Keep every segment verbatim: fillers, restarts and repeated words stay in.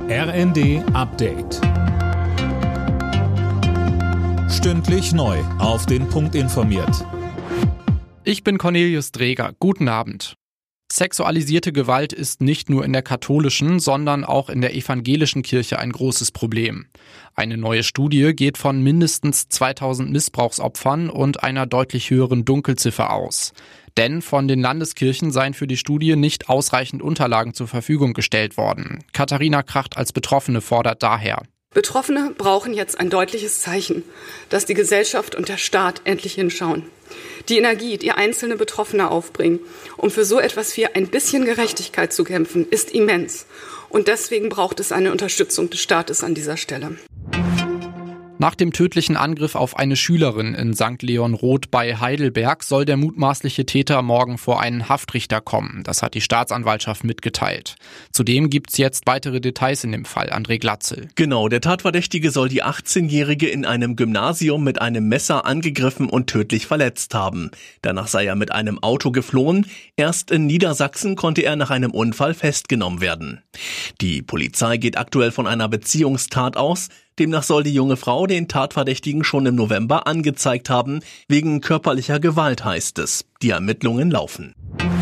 R N D Update. Stündlich neu auf den Punkt informiert. Ich bin Cornelius Dreger. Guten Abend. Sexualisierte Gewalt ist nicht nur in der katholischen, sondern auch in der evangelischen Kirche ein großes Problem. Eine neue Studie geht von mindestens zweitausend Missbrauchsopfern und einer deutlich höheren Dunkelziffer aus. Denn von den Landeskirchen seien für die Studie nicht ausreichend Unterlagen zur Verfügung gestellt worden. Katharina Kracht als Betroffene fordert daher: Betroffene brauchen jetzt ein deutliches Zeichen, dass die Gesellschaft und der Staat endlich hinschauen. Die Energie, die einzelne Betroffene aufbringen, um für so etwas wie ein bisschen Gerechtigkeit zu kämpfen, ist immens. Und deswegen braucht es eine Unterstützung des Staates an dieser Stelle. Nach dem tödlichen Angriff auf eine Schülerin in Sankt Leon Roth bei Heidelberg soll der mutmaßliche Täter morgen vor einen Haftrichter kommen. Das hat die Staatsanwaltschaft mitgeteilt. Zudem gibt's jetzt weitere Details in dem Fall. André Glatzel. Genau, der Tatverdächtige soll die achtzehnjährige in einem Gymnasium mit einem Messer angegriffen und tödlich verletzt haben. Danach sei er mit einem Auto geflohen. Erst in Niedersachsen konnte er nach einem Unfall festgenommen werden. Die Polizei geht aktuell von einer Beziehungstat aus. Demnach soll die junge Frau den Tatverdächtigen schon im November angezeigt haben. Wegen körperlicher Gewalt, heißt es. Die Ermittlungen laufen.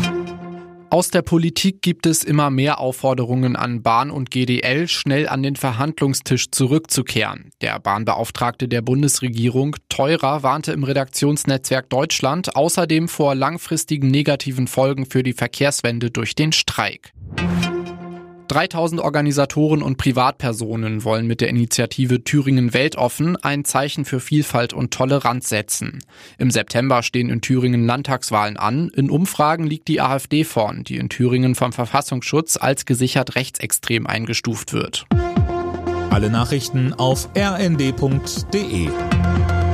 Aus der Politik gibt es immer mehr Aufforderungen an Bahn und G D L, schnell an den Verhandlungstisch zurückzukehren. Der Bahnbeauftragte der Bundesregierung, Theurer, warnte im Redaktionsnetzwerk Deutschland außerdem vor langfristigen negativen Folgen für die Verkehrswende durch den Streik. dreitausend Organisatoren und Privatpersonen wollen mit der Initiative Thüringen weltoffen ein Zeichen für Vielfalt und Toleranz setzen. Im September stehen in Thüringen Landtagswahlen an. In Umfragen liegt die AfD vorn, die in Thüringen vom Verfassungsschutz als gesichert rechtsextrem eingestuft wird. Alle Nachrichten auf r n d punkt d e.